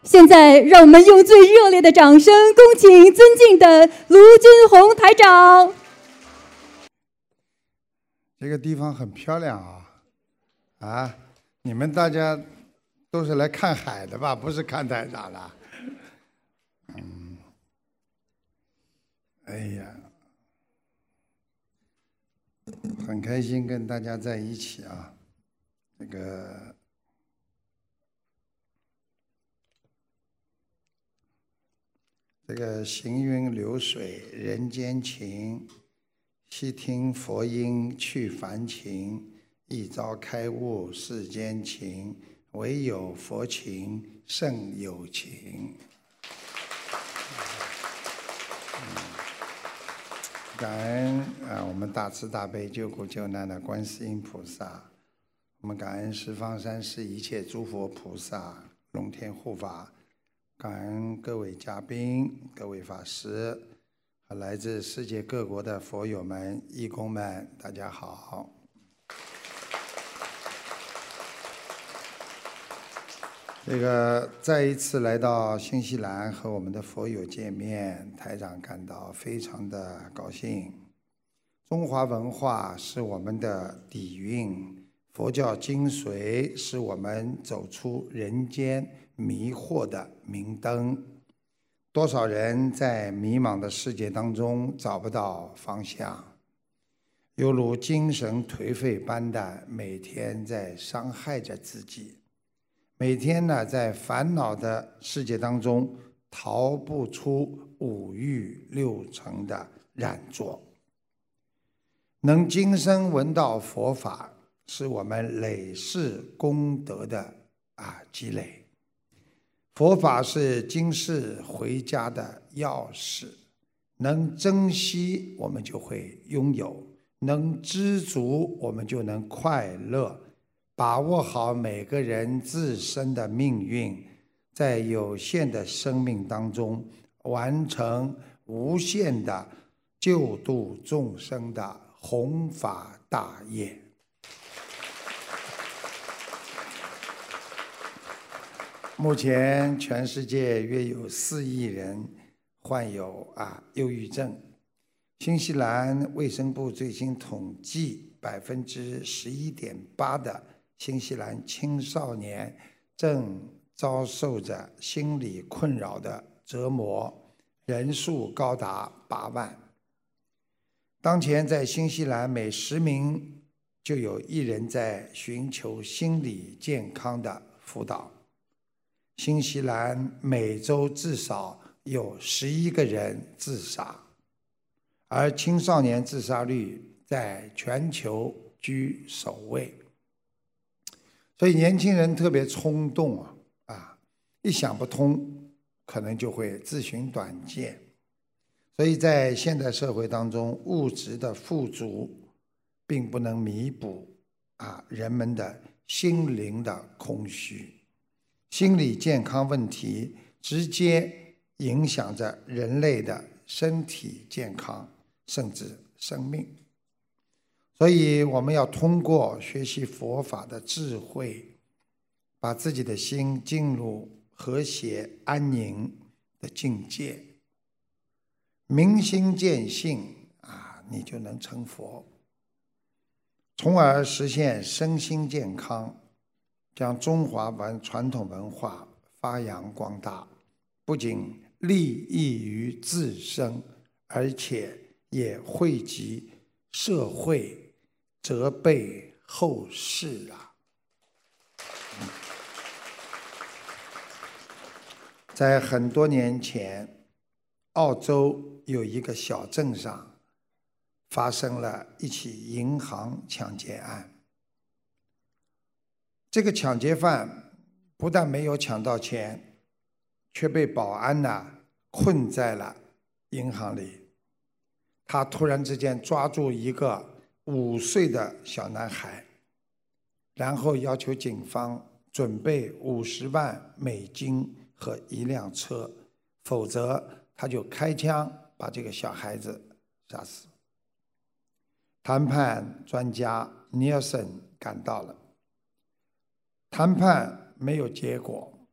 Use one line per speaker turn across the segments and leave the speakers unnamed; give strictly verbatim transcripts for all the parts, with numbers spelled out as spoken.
现在，让我们用最热烈的掌声，恭请尊敬的卢军红台长。
这个地方很漂亮啊，啊，你们大家都是来看海的吧？不是看台长的。嗯，哎呀，很开心跟大家在一起啊，这个。这个行云流水人间情，细听佛音去凡情，一朝开悟世间情，唯有佛情胜有情。感恩啊，我们大慈大悲救苦救难的观世音菩萨，我们感恩十方三世一切诸佛菩萨、龙天护法。感恩各位嘉宾、各位法师和来自世界各国的佛友们、义工们，大家好。这个再一次来到新西兰和我们的佛友见面，台长感到非常的高兴。中华文化是我们的底蕴，佛教精髓是我们走出人间迷惑的明灯。多少人在迷茫的世界当中找不到方向，犹如精神颓废般的每天在伤害着自己，每天呢在烦恼的世界当中逃不出五欲六尘的染着。能今生闻到佛法，是我们累世功德的啊积累。佛法是今世回家的钥匙，能珍惜我们就会拥有，能知足我们就能快乐。把握好每个人自身的命运，在有限的生命当中完成无限的救度众生的弘法大业。目前全世界约有四亿人患有啊忧郁症。新西兰卫生部最新统计，百分之十一点八的新西兰青少年正遭受着心理困扰的折磨，人数高达八万。当前在新西兰每十名就有一人在寻求心理健康的辅导。新西兰每周至少有十一个人自杀，而青少年自杀率在全球居首位。所以年轻人特别冲动啊，啊，一想不通，可能就会自寻短见。所以在现代社会当中，物质的富足并不能弥补啊人们的心灵的空虚。心理健康问题直接影响着人类的身体健康，甚至生命。所以我们要通过学习佛法的智慧，把自己的心进入和谐安宁的境界。明心见性啊，你就能成佛，从而实现身心健康，将中华文传统文化发扬光大，不仅利益于自身，而且也惠及社会，责备后世啊！在很多年前，澳洲有一个小镇上发生了一起银行抢劫案。这个抢劫犯不但没有抢到钱，却被保安呢困在了银行里。他突然之间抓住一个五岁的小男孩，然后要求警方准备五十万美金和一辆车，否则他就开枪把这个小孩子杀死。谈判专家尼尔森赶到了。谈判没有结果，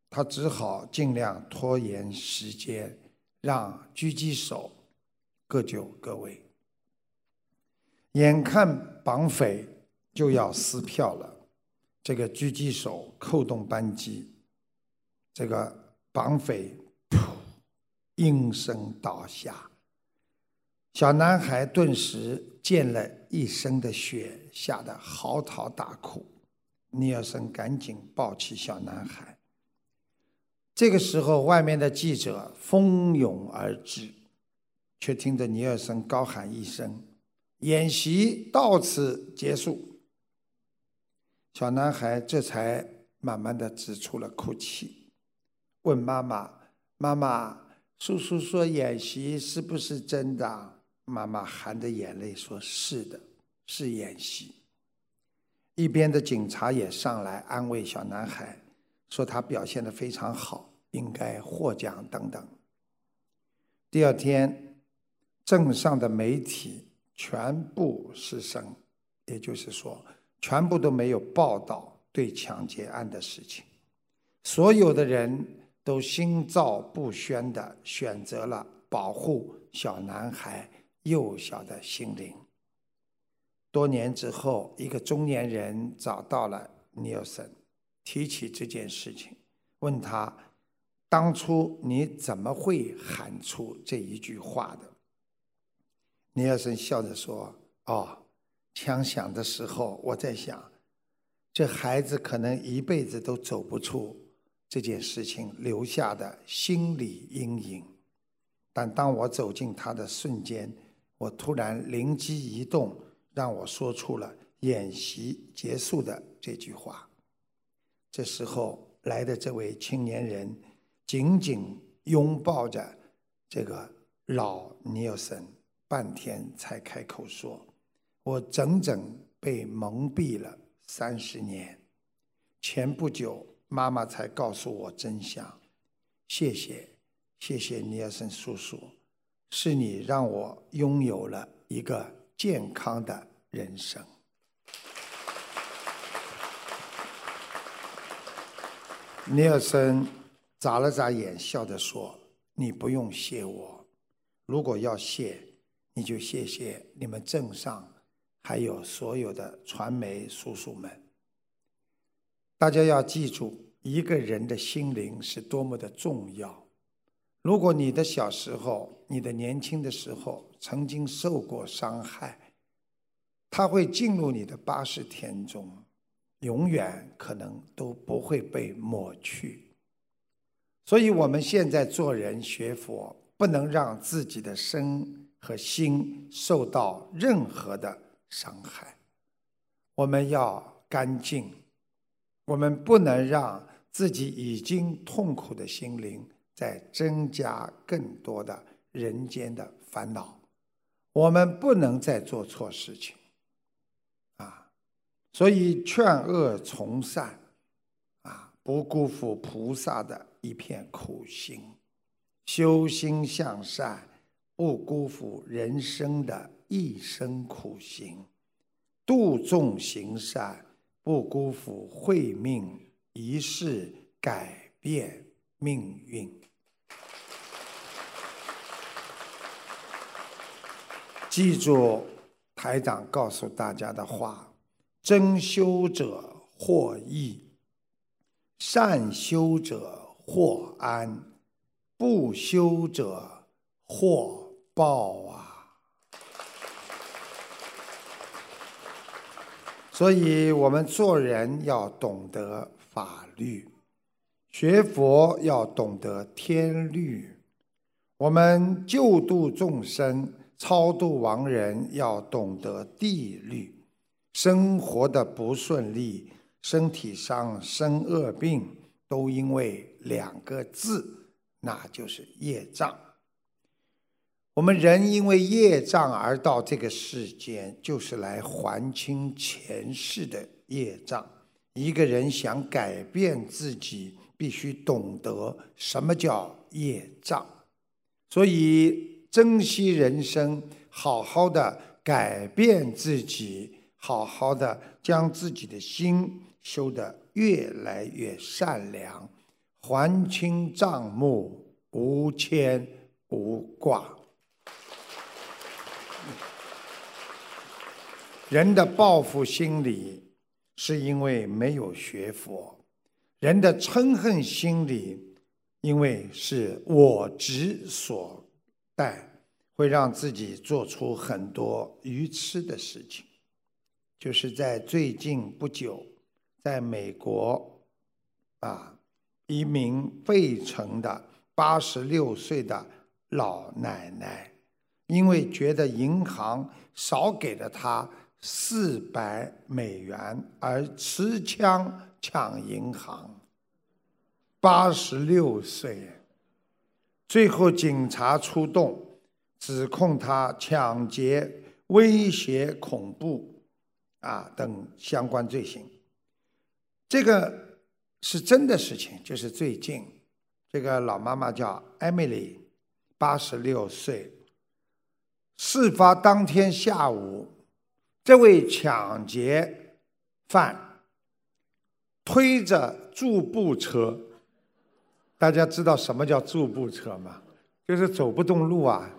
他只好尽量拖延时间，让狙击手各就各位。眼看绑匪就要撕票了，这个狙击手扣动扳机，这个绑匪噗应声倒下。小男孩顿时溅了一身的血，吓得嚎啕大哭。尼尔森赶紧抱起小男孩。这个时候，外面的记者蜂拥而至，却听着尼尔森高喊一声：“演习到此结束。”小男孩这才慢慢的止住了哭泣，问妈妈：“妈妈，叔叔说演习是不是真的？”妈妈含着眼泪说：“是的，是演习。”一边的警察也上来安慰小男孩，说他表现得非常好，应该获奖等等。第二天，镇上的媒体全部失声，也就是说，全部都没有报道对抢劫案的事情。所有的人都心照不宣地选择了保护小男孩幼小的心灵。多年之后，一个中年人找到了尼尔森，提起这件事情，问他：“当初你怎么会喊出这一句话的？”尼尔森笑着说：“哦，枪响的时候，我在想，这孩子可能一辈子都走不出这件事情留下的心理阴影。但当我走近他的瞬间，我突然灵机一动，让我说出了演习结束的这句话。”这时候来的这位青年人紧紧拥抱着这个老尼尔森，半天才开口说：“我整整被蒙蔽了三十年，前不久妈妈才告诉我真相。谢谢，谢谢尼尔森叔叔，是你让我拥有了一个健康的人生。”尼尔森眨了眨眼，笑着说：“你不用谢我，如果要谢，你就谢谢你们镇上还有所有的传媒叔叔们。大家要记住，一个人的心灵是多么的重要。如果你的小时候，你的年轻的时候曾经受过伤害，它会进入你的八十天中，永远可能都不会被抹去。所以我们现在做人学佛，不能让自己的身和心受到任何的伤害。我们要干净，我们不能让自己已经痛苦的心灵再增加更多的人间的烦恼。我们不能再做错事情啊！所以劝恶从善啊，不辜负菩萨的一片苦心，修心向善，不辜负人生的一生苦行，度众行善，不辜负慧命一世改变命运。记住台长告诉大家的话：真修者获益，善修者获安，不修者获报啊！所以我们做人要懂得法律，学佛要懂得天律，我们救度众生、超度亡人要懂得地律。生活的不顺利，身体上生恶病，都因为两个字，那就是业障。我们人因为业障而到这个世间，就是来还清前世的业障。一个人想改变自己，必须懂得什么叫业障。所以珍惜人生，好好的改变自己，好好的将自己的心修得越来越善良， 还清账目，无牵无挂。人的报复心理是因为没有学佛，人的嗔恨心理因为是我执所带，会让自己做出很多愚痴的事情。就是在最近不久，在美国啊，一名费城的八十六岁的老奶奶，因为觉得银行少给了她四百美元而持枪抢银行。八十六岁，最后警察出动，指控他抢劫、威胁、恐怖啊等相关罪行。这个是真的事情，就是最近这个老妈妈叫艾米丽，八十六岁。事发当天下午，这位抢劫犯推着助步车，大家知道什么叫助步车吗？就是走不动路啊，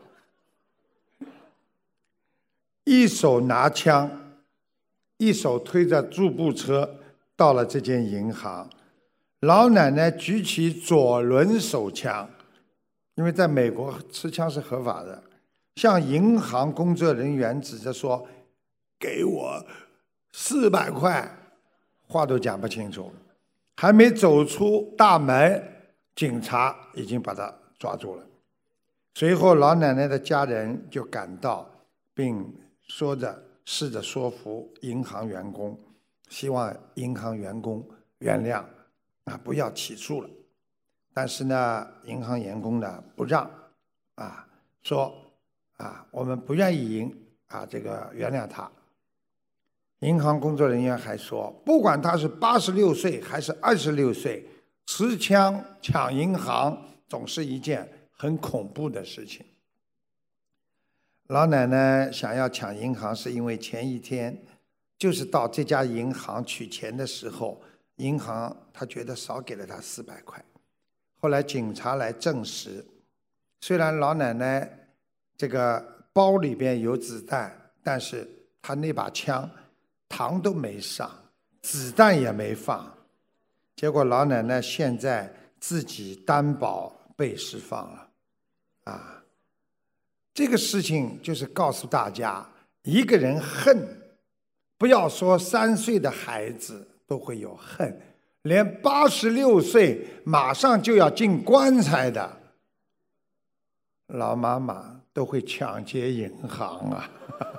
一手拿枪，一手推着助步车到了这间银行。老奶奶举起左轮手枪，因为在美国持枪是合法的，向银行工作人员指着说：“给我四百块。”话都讲不清楚，还没走出大门，警察已经把他抓住了。随后，老奶奶的家人就赶到，并说着试着说服银行员工，希望银行员工原谅啊，不要起诉了。但是呢，银行员工呢不让啊，说啊，我们不愿意赢啊，这个原谅他。银行工作人员还说，不管他是八十六岁还是二十六岁，持枪抢银行总是一件很恐怖的事情。老奶奶想要抢银行，是因为前一天就是到这家银行取钱的时候，银行他觉得少给了他四百块。后来警察来证实，虽然老奶奶这个包里边有子弹，但是她那把枪膛都没上，子弹也没放。结果老奶奶现在自己担保被释放了。啊，这个事情就是告诉大家，一个人恨，不要说三岁的孩子都会有恨，连八十六岁马上就要进棺材的老妈妈都会抢劫银行啊！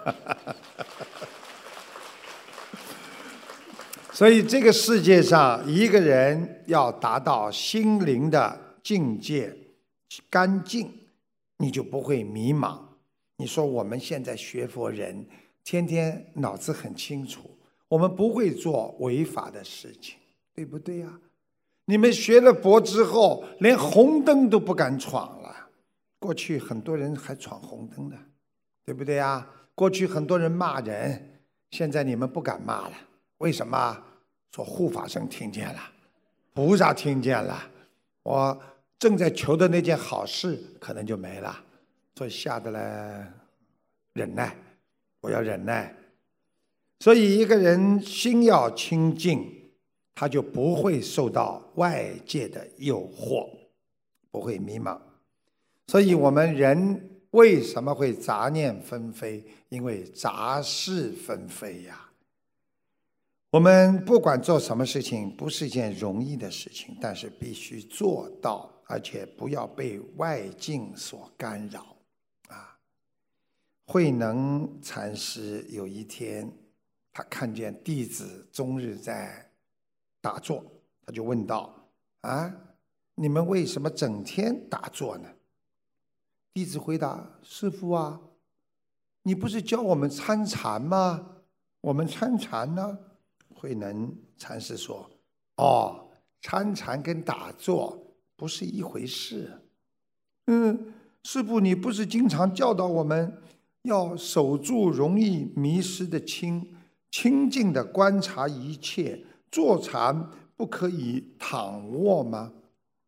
所以这个世界上，一个人要达到心灵的境界干净，你就不会迷茫。你说我们现在学佛人，天天脑子很清楚，我们不会做违法的事情，对不对呀？你们学了佛之后，连红灯都不敢闯了。过去很多人还闯红灯的，对不对呀？过去很多人骂人，现在你们不敢骂了。为什么？说护法神听见了，菩萨听见了，我正在求的那件好事可能就没了，所以吓得来忍耐，我要忍耐。所以一个人心要清净，他就不会受到外界的诱惑，不会迷茫。所以我们人为什么会杂念纷飞？因为杂事纷飞呀。我们不管做什么事情，不是一件容易的事情，但是必须做到，而且不要被外境所干扰。啊，慧能禅师有一天，他看见弟子终日在打坐，他就问道：“啊，你们为什么整天打坐呢？”弟子回答：“师父啊，你不是教我们参禅吗？我们参禅呢？”慧能禅师说：“哦，参禅跟打坐不是一回事。嗯，师父，你不是经常教导我们要守住容易迷失的心，清静地观察一切，坐禅不可以躺卧吗？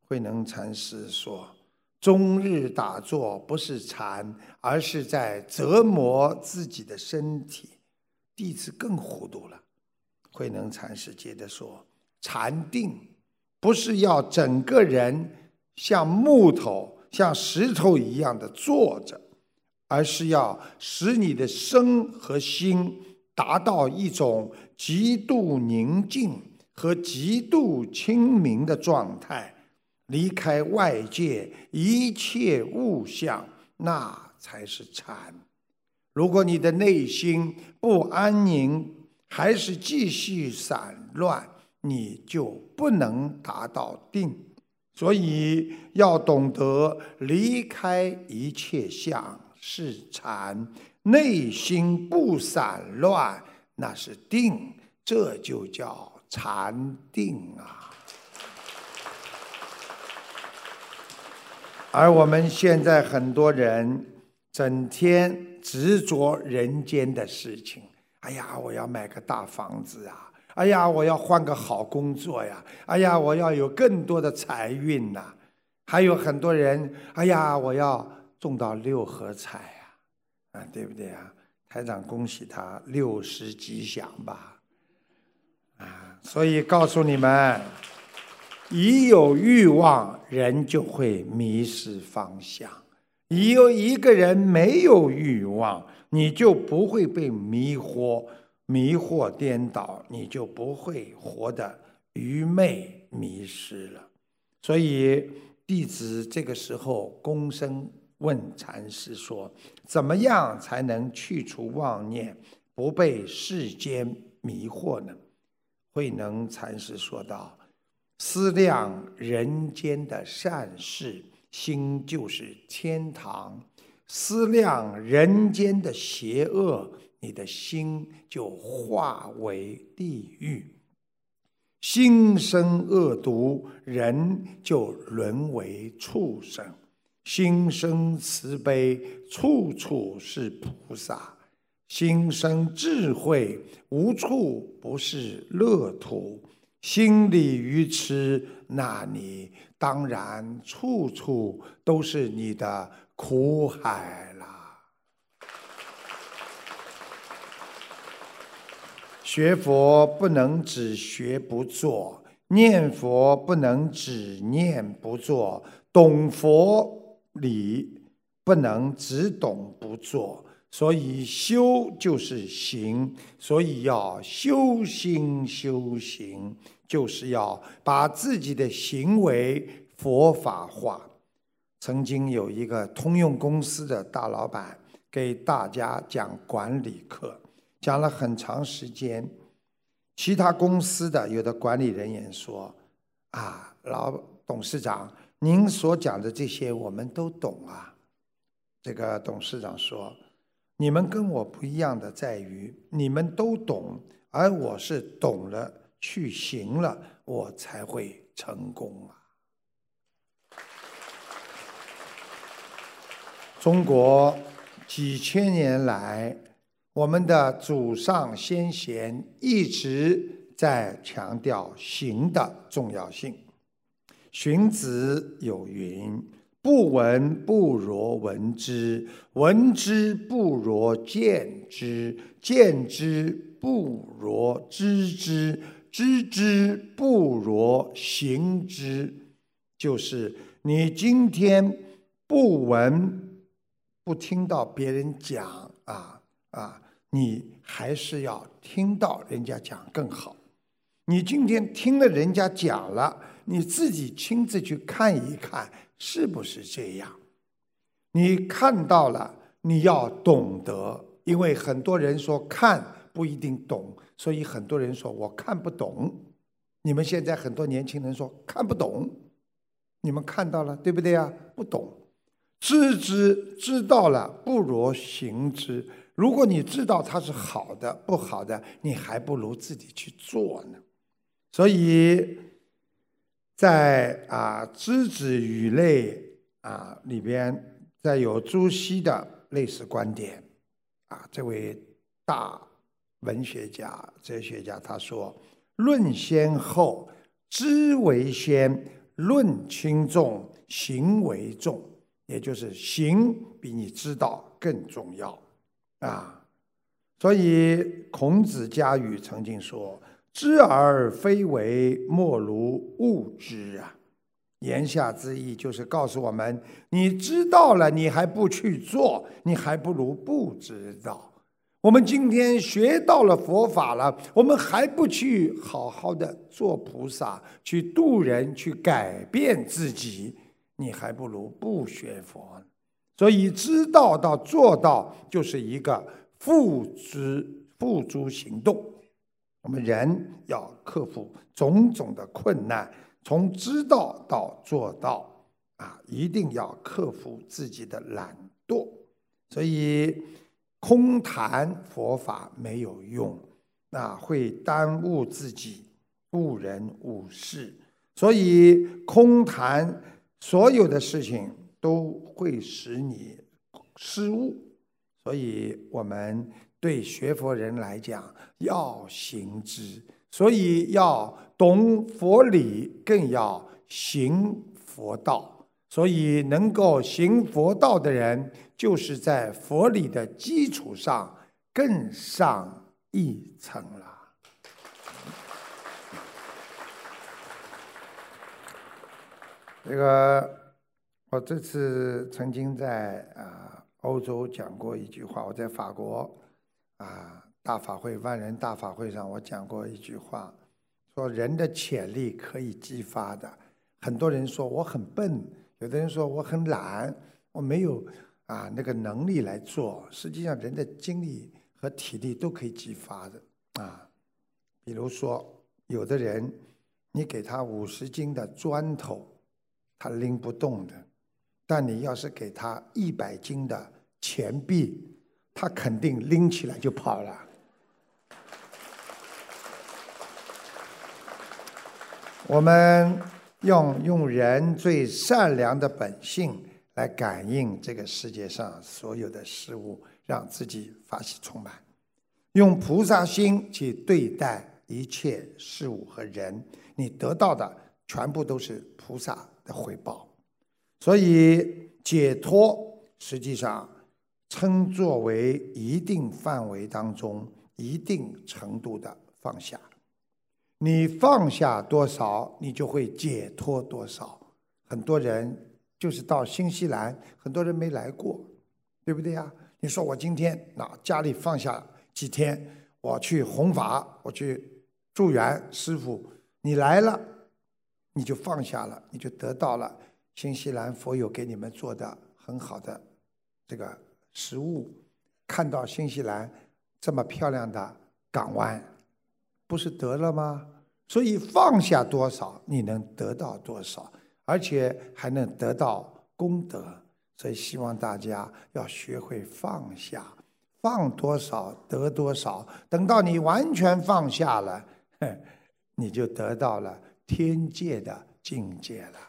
慧能禅师说，终日打坐不是禅，而是在折磨自己的身体。弟子更糊涂了。慧能禅师接着说，禅定不是要整个人像木头像石头一样的坐着，而是要使你的身和心达到一种极度宁静和极度清明的状态，离开外界一切物象，那才是禅。如果你的内心不安宁，还是继续散乱，你就不能达到定。所以要懂得离开一切相是禅，内心不散乱那是定，这就叫禅定啊。而我们现在很多人整天执着人间的事情，哎呀，我要买个大房子啊，哎呀，我要换个好工作呀，哎呀，我要有更多的财运呐、啊。还有很多人，哎呀，我要中到六合彩呀、啊，啊，对不对啊？台长恭喜他六十吉祥吧，啊，所以告诉你们，一有欲望，人就会迷失方向；一有一个人没有欲望，你就不会被迷惑、迷惑颠倒，你就不会活得愚昧迷失了。所以弟子这个时候躬身问禅师说：怎么样才能去除妄念，不被世间迷惑呢？慧能禅师说道：思量人间的善事，心就是天堂；思量人间的邪恶，你的心就化为地狱。心生恶毒，人就沦为畜生；心生慈悲，处处是菩萨；心生智慧，无处不是乐土；心里愚痴，那你当然处处都是你的苦海了。学佛不能只学不做，念佛不能只念不做，懂佛理不能只懂不做。所以修就是行，所以要修心修行，就是要把自己的行为佛法化。曾经有一个通用公司的大老板给大家讲管理课，讲了很长时间。其他公司的有的管理人员说：啊，老董事长，您所讲的这些我们都懂啊。这个董事长说：你们跟我不一样的在于，你们都懂，而我是懂了去行了，我才会成功啊。中国几千年来，我们的祖上先贤一直在强调行的重要性。荀子有云：不闻不如闻之，闻之不如见之，见之不如知之，知之不如行之。就是你今天不闻，不听到别人讲啊啊，你还是要听到人家讲更好。你今天听了人家讲了，你自己亲自去看一看，是不是这样？你看到了，你要懂得，因为很多人说看不一定懂，所以很多人说我看不懂。你们现在很多年轻人说看不懂，你们看到了，对不对啊？不懂。知之，知道了，不如行之。如果你知道它是好的、不好的，你还不如自己去做呢。所以，在啊《知止语类》啊里边，再有朱熹的类似观点啊，这位大文学家、哲学家他说：论先后，知为先， 论轻重，行为重，也就是行比你知道更重要啊。所以孔子家语曾经说：“知而非为，莫如误之啊。”言下之意就是告诉我们，你知道了，你还不去做，你还不如不知道。我们今天学到了佛法了，我们还不去好好的做菩萨，去度人，去改变自己，你还不如不学佛。所以知道到做到就是一个付之付诸行动。我们人要克服种种的困难，从知道到做到啊，一定要克服自己的懒惰。所以空谈佛法没有用，那会耽误自己，误人误事。所以空谈所有的事情都会使你失误。所以我们对学佛人来讲，要行之，所以要懂佛理，更要行佛道。所以能够行佛道的人，就是在佛理的基础上更上一层了。这个我这次曾经在啊欧洲讲过一句话，我在法国啊大法会万人大法会上，我讲过一句话，说人的潜力可以激发的。很多人说我很笨，有的人说我很懒，我没有啊那个能力来做。实际上，人的精力和体力都可以激发的啊。比如说，有的人你给他五十斤的砖头，他拎不动的；但你要是给他一百斤的钱币，他肯定拎起来就跑了。我们用用人最善良的本性来感应这个世界上所有的事物，让自己法喜充满，用菩萨心去对待一切事物和人，你得到的全部都是菩萨的回报。所以解脱实际上称作为一定范围当中一定程度的放下。你放下多少，你就会解脱多少。很多人就是到新西兰，很多人没来过，对不对呀？你说我今天那家里放下几天，我去弘法，我去助缘师父，你来了，你就放下了，你就得到了新西兰佛友给你们做的很好的这个食物，看到新西兰这么漂亮的港湾，不是得了吗？所以放下多少，你能得到多少，而且还能得到功德。所以希望大家要学会放下，放多少得多少。等到你完全放下了，你就得到了天界的境界了。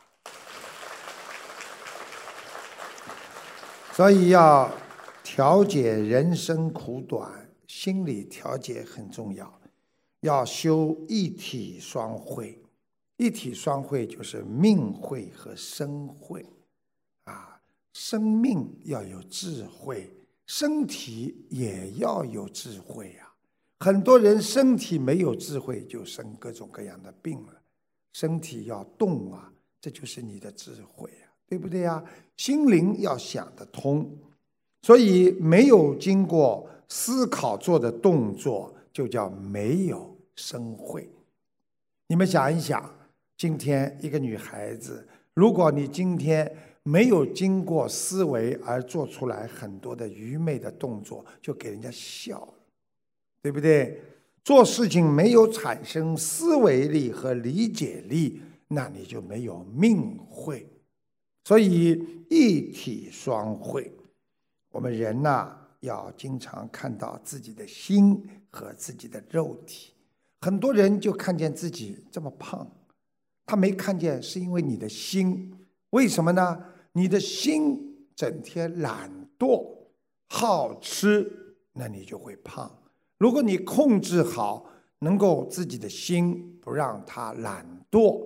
所以要调节人生苦短，心理调节很重要。要修一体双慧，一体双慧就是命慧和身慧啊。生命要有智慧，身体也要有智慧啊。很多人身体没有智慧，就生各种各样的病了。身体要动啊，这就是你的智慧啊，对不对呀？心灵要想得通，所以没有经过思考做的动作，就叫没有生慧。你们想一想，今天一个女孩子，如果你今天没有经过思维而做出来很多的愚昧的动作，就给人家笑了，对不对？做事情没有产生思维力和理解力，那你就没有命慧。所以一体双慧，我们人呐、啊，要经常看到自己的心和自己的肉体。很多人就看见自己这么胖，他没看见是因为你的心。为什么呢？你的心整天懒惰好吃，那你就会胖。如果你控制好，能够自己的心不让它懒惰，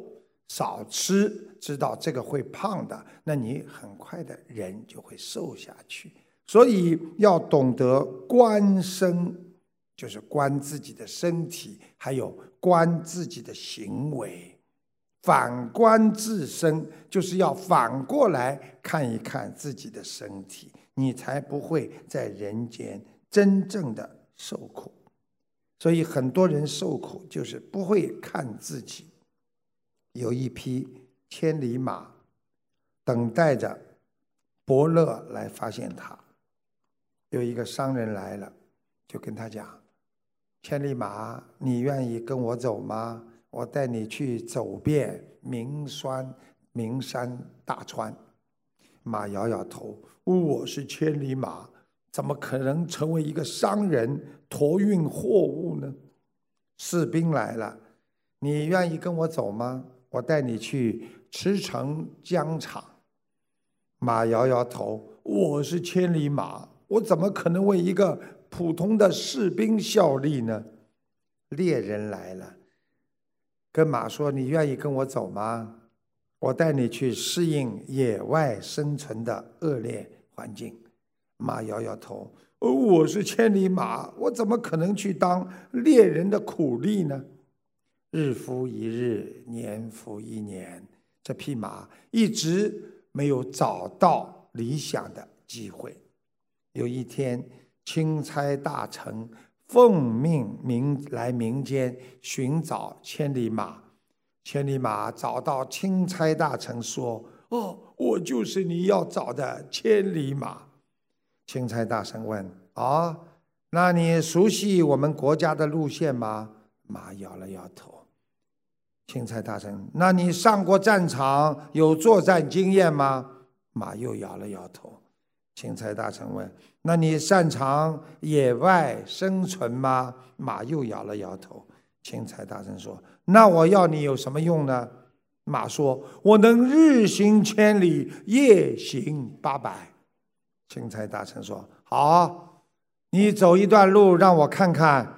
少吃，知道这个会胖的，那你很快的人就会瘦下去。所以要懂得观身，就是观自己的身体，还有观自己的行为。反观自身，就是要反过来看一看自己的身体，你才不会在人间真正的受苦。所以很多人受苦就是不会看自己。有一匹千里马等待着伯乐来发现它。有一个商人来了，就跟他讲，千里马，你愿意跟我走吗？我带你去走遍名山名山大川。马摇摇头，我是千里马，怎么可能成为一个商人驮运货物呢？士兵来了，你愿意跟我走吗？我带你去驰骋疆场。马摇摇头，我是千里马，我怎么可能为一个普通的士兵效力呢？猎人来了，跟马说，你愿意跟我走吗？我带你去适应野外生存的恶劣环境。马摇摇头，哦，我是千里马，我怎么可能去当猎人的苦力呢？日复一日，年复一年，这匹马一直没有找到理想的机会。有一天，钦差大臣奉命民来民间寻找千里马。千里马找到钦差大臣说，哦，我就是你要找的千里马。钦差大臣问，哦，那你熟悉我们国家的路线吗？马摇了摇头。钦差大臣，那你上过战场，有作战经验吗？马又摇了摇头。钦差大臣问，那你擅长野外生存吗？马又摇了摇头。钦差大臣说，那我要你有什么用呢？马说，我能日行千里，夜行八百。钦差大臣说，好，你走一段路让我看看。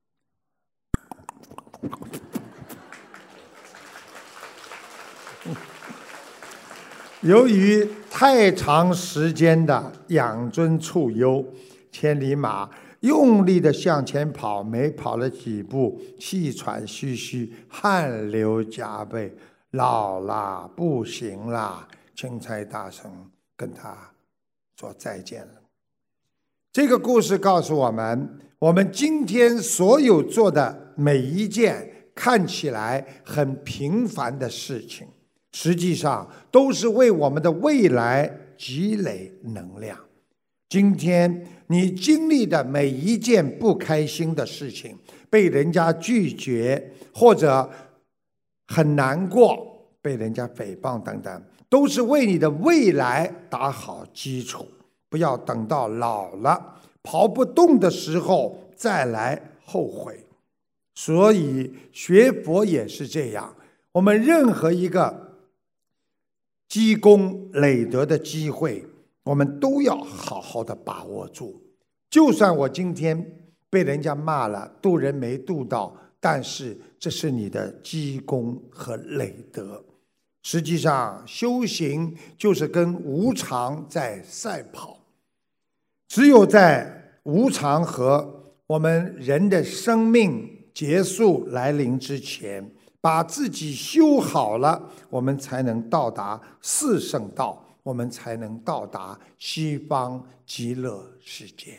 由于太长时间的养尊处优，千里马用力的向前跑，没跑了几步，气喘吁吁，汗流浃背，老了，不行了。钦差大臣跟他说再见了。这个故事告诉我们，我们今天所有做的每一件看起来很平凡的事情，实际上都是为我们的未来积累能量。今天你经历的每一件不开心的事情，被人家拒绝，或者很难过，被人家诽谤等等，都是为你的未来打好基础。不要等到老了跑不动的时候再来后悔。所以学佛也是这样，我们任何一个积功累德的机会，我们都要好好的把握住。就算我今天被人家骂了，渡人没渡到，但是这是你的积功和累德。实际上修行就是跟无常在赛跑，只有在无常和我们人的生命结束来临之前，把自己修好了，我们才能到达四圣道，我们才能到达西方极乐世界。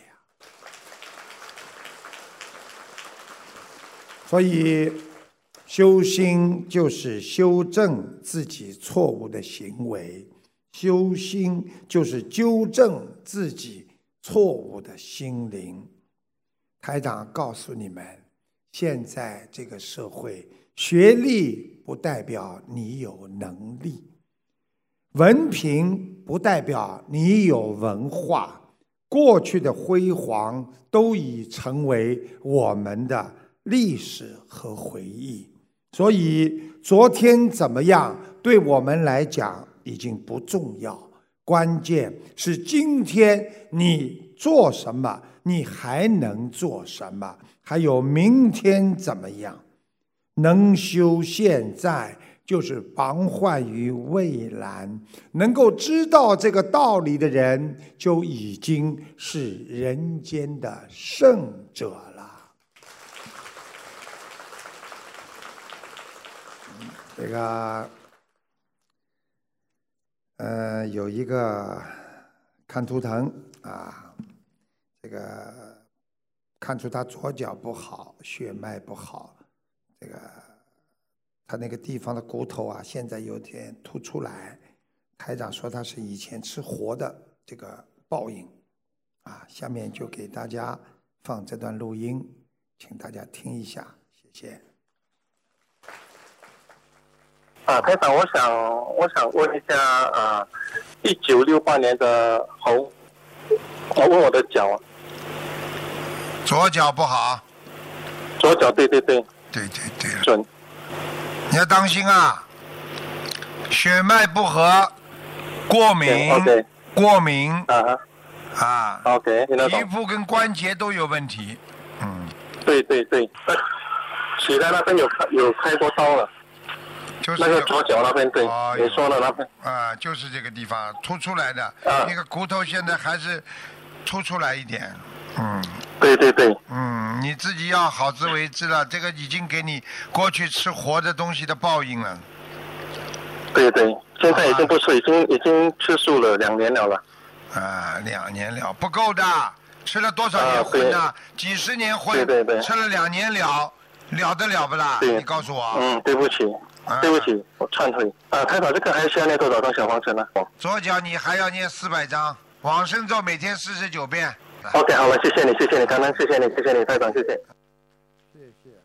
所以修心就是修正自己错误的行为，修心就是纠正自己错误的心灵。台长告诉你们，现在这个社会，学历不代表你有能力，文凭不代表你有文化，过去的辉煌都已成为我们的历史和回忆。所以昨天怎么样对我们来讲已经不重要，关键是今天你做什么，你还能做什么，还有明天怎么样。能修现在， 就是防患于未然。能够知道这个道理的人，就已经是人间的圣者了。这个，呃，有一个看图腾啊，这个看出他左脚不好，血脉不好，这个。他那个地方的骨头啊，现在有点凸出来。台长说他是以前吃活的这个报应，啊，下面就给大家放这段录音，请大家听一下，谢谢。
啊，台长，我想我想问一下啊，一九六八年的猴，我问我的脚，
左脚不好。
左脚，对对对。
对对对。
准。
你要当心啊，血脉不和，过敏，
okay.
过敏，
啊
啊
，OK，
皮肤跟关节都有问题，嗯，
对对对，起来那边有有开过刀了，
就是
那个左脚那边，对，
哦、
你说的那边，
啊，就是这个地方凸出来的，
啊、
那个骨头现在还是凸出来一点，嗯。
对对对，
嗯，你自己要好自为之了，这个已经给你过去吃活的东西的报应了。
对对，现在已经不是，已经已经吃素了两年了了。
啊，两年了不够的，吃了多少年荤呢？啊、几十年荤，
对对对，
吃了两年了，了得了不啦？你告诉我。
嗯，对不起，
啊、
对不起，我忏悔。啊，台长，这个还需要念多少张小房子呢？
左脚你还要念四百张，往生咒每天四十九遍。
OK， 好了，谢谢你，谢谢你，感恩，谢谢你，谢谢你，台长，谢谢。
谢谢。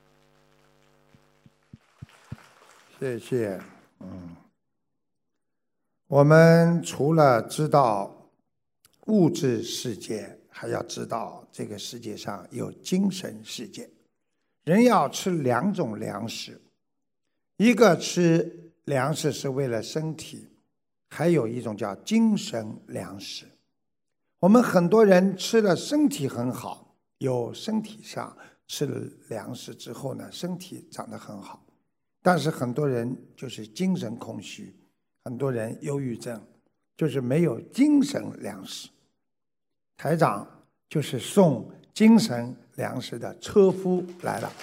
谢谢，嗯。我们除了知道物质世界，还要知道这个世界上有精神世界。人要吃两种粮食，一个吃粮食是为了身体，还有一种叫精神粮食。我们很多人吃了身体很好，有身体上吃了粮食之后呢，身体长得很好，但是很多人就是精神空虚，很多人忧郁症，就是没有精神粮食。台长就是送精神粮食的车夫来了，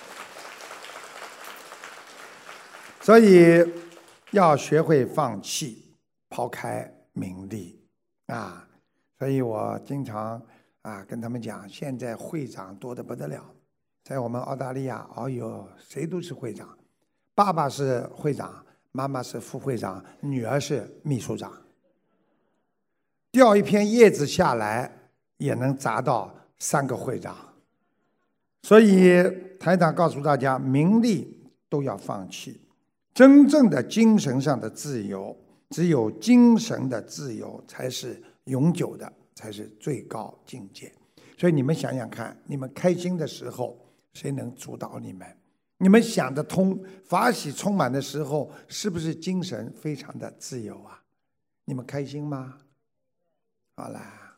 所以要学会放弃，抛开名利啊。所以我经常啊跟他们讲，现在会长多得不得了，在我们澳大利亚，哦哟，谁都是会长，爸爸是会长，妈妈是副会长，女儿是秘书长。掉一片叶子下来，也能砸到三个会长。所以台长告诉大家，名利都要放弃，真正的精神上的自由，只有精神的自由才是永久的，才是最高境界。所以你们想想看，你们开心的时候，谁能阻挡你们？你们想得通，法喜充满的时候，是不是精神非常的自由啊？你们开心吗？好啦，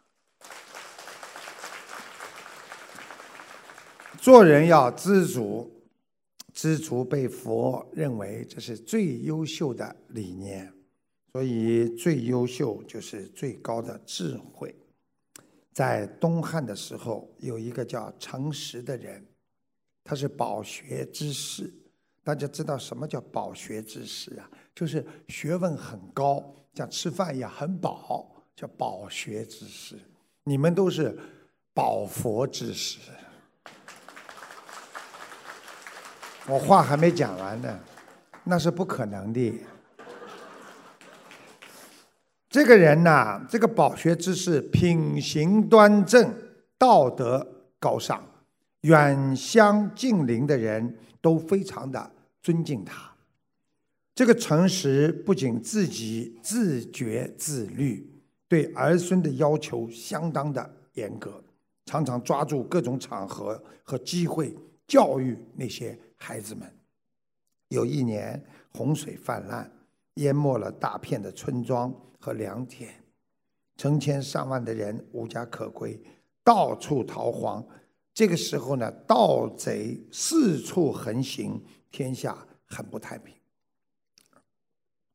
做人要知足，知足被佛认为这是最优秀的理念。所以最优秀就是最高的智慧。在东汉的时候，有一个叫程实的人，他是饱学之士。大家知道什么叫饱学之士啊？就是学问很高，像吃饭一样很饱，叫饱学之士。你们都是饱佛之士。我话还没讲完呢，那是不可能的。这个人呐、啊，这个饱学之士，品行端正，道德高尚，远乡近邻的人都非常的尊敬他。这个程实不仅自己自觉自律，对儿孙的要求相当的严格，常常抓住各种场合和机会教育那些孩子们。有一年洪水泛滥，淹没了大片的村庄和良田，成千上万的人无家可归，到处逃荒。这个时候呢，盗贼四处横行，天下很不太平。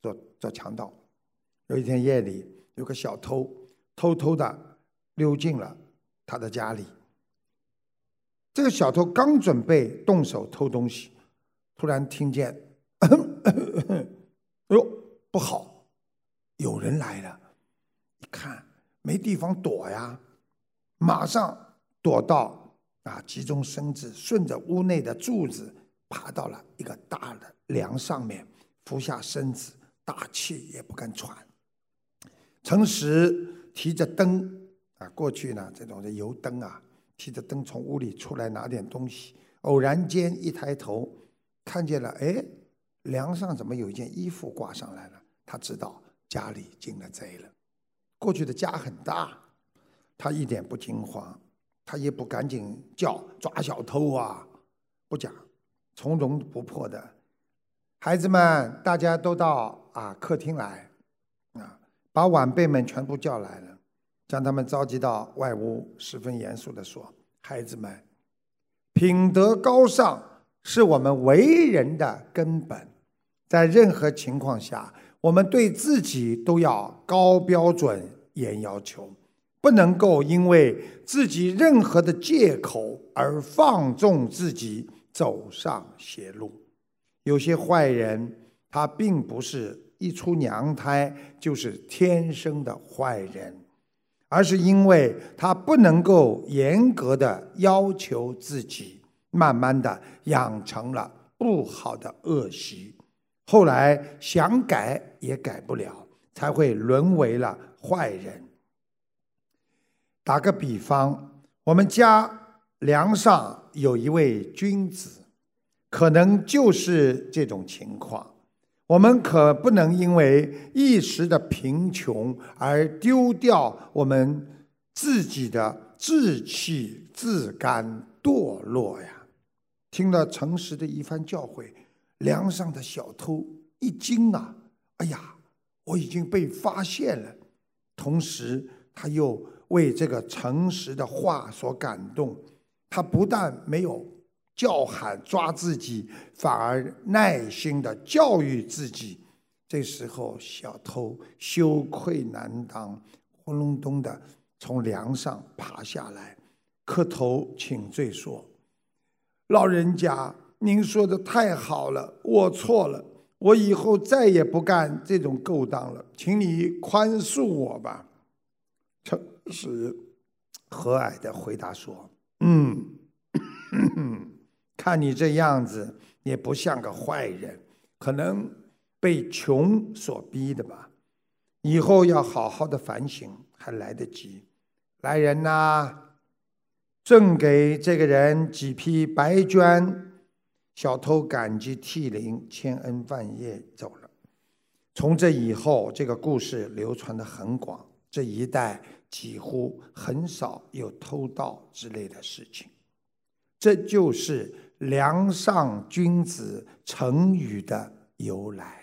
做做强盗。有一天夜里，有个小偷偷偷的溜进了他的家里。这个小偷刚准备动手偷东西，突然听见哎呦不好，有人来了。一看没地方躲呀，马上躲到啊急中生智，顺着屋内的柱子爬到了一个大的梁上面，俯下身子，大气也不敢喘。诚实提着灯啊，过去呢这种的油灯啊，提着灯从屋里出来拿点东西，偶然间一抬头看见了，哎，梁上怎么有一件衣服挂上来了？他知道家里进了贼了。过去的家很大，他一点不惊慌，他也不赶紧叫抓小偷啊，不讲，从容不迫的。孩子们，大家都到啊客厅来啊，把晚辈们全部叫来了，将他们召集到外屋，十分严肃地说：孩子们，品德高尚是我们为人的根本，在任何情况下，我们对自己都要高标准严要求，不能够因为自己任何的借口而放纵自己走上邪路。有些坏人他并不是一出娘胎就是天生的坏人，而是因为他不能够严格的要求自己，慢慢的养成了不好的恶习，后来想改也改不了，才会沦为了坏人。打个比方，我们家梁上有一位君子，可能就是这种情况。我们可不能因为一时的贫穷而丢掉我们自己的志气、自甘、堕落呀！听了诚实的一番教诲，梁上的小偷一惊啊！哎呀，我已经被发现了。同时，他又为这个诚实的话所感动，他不但没有叫喊抓自己，反而耐心的教育自己。这时候小偷羞愧难当，轰隆咚的从梁上爬下来，磕头请罪说：老人家，您说的太好了，我错了，我以后再也不干这种勾当了，请你宽恕我吧。诚实和蔼的回答说：嗯呵呵，看你这样子也不像个坏人，可能被穷所逼的吧。以后要好好的反省，还来得及。来人呐，赠给这个人几匹白绢。小偷感激涕零，千恩万谢走了。从这以后，这个故事流传得很广，这一代几乎很少有偷盗之类的事情。这就是梁上君子成语的由来。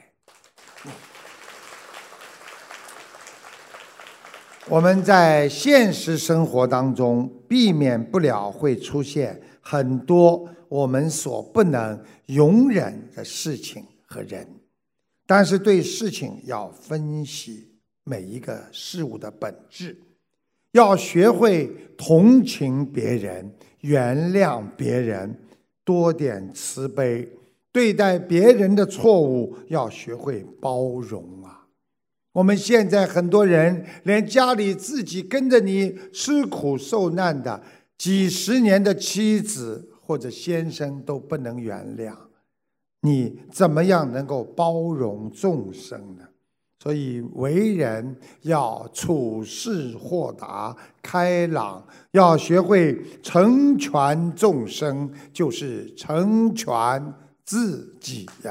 我们在现实生活当中避免不了会出现很多我们所不能容忍的事情和人，但是对事情要分析每一个事物的本质，要学会同情别人，原谅别人，多点慈悲，对待别人的错误要学会包容啊！我们现在很多人连家里自己跟着你吃苦受难的几十年的妻子或者先生都不能原谅，你怎么样能够包容众生呢？所以为人要处事豁达开朗，要学会成全众生，就是成全自己呀。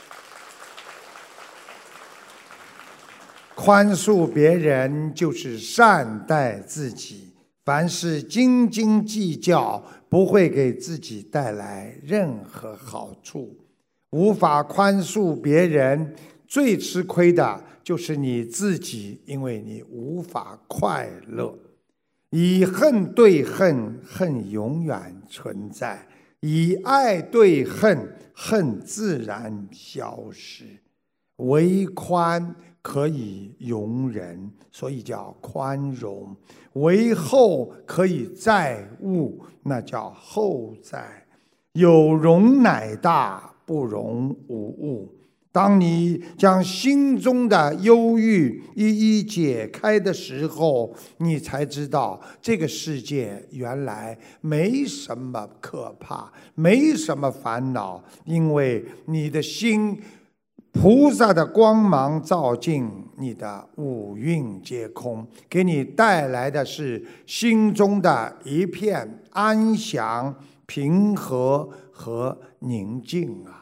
宽恕别人就是善待自己，凡事斤斤计较，不会给自己带来任何好处。无法宽恕别人，最吃亏的就是你自己，因为你无法快乐。以恨对恨，恨永远存在；以爱对恨，恨自然消失。 为宽可以容人，所以叫宽容；为厚可以载物，那叫厚载。有容乃大，不容无物。当你将心中的忧郁一一解开的时候，你才知道这个世界原来没什么可怕，没什么烦恼，因为你的心菩萨的光芒照进你的五蕴皆空，给你带来的是心中的一片安详、平和和宁静啊！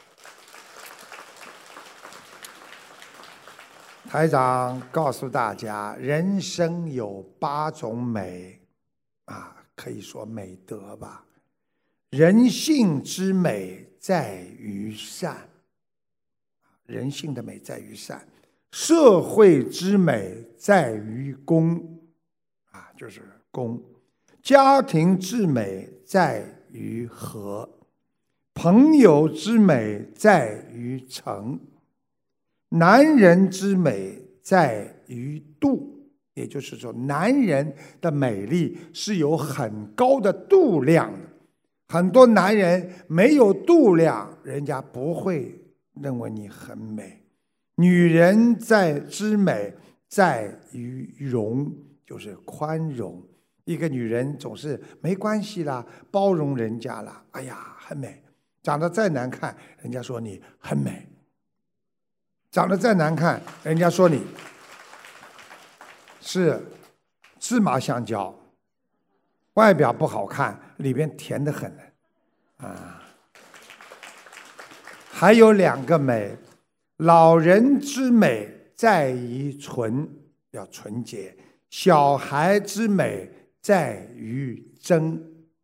台长告诉大家，人生有八种美啊，可以说美德吧。人性之美在于善，人性的美在于善；社会之美在于公，啊，就是公；家庭之美在于和；朋友之美在于诚；男人之美在于度，也就是说，男人的美丽是有很高的度量的。很多男人没有度量，人家不会认为你很美。女人在之美在于容，就是宽容。一个女人总是没关系啦，包容人家啦，哎呀，很美。长得再难看，人家说你很美。长得再难看，人家说你是芝麻香蕉，外表不好看，里边甜得很啊。还有两个美，老人之美在于纯，要纯洁；小孩之美在于真。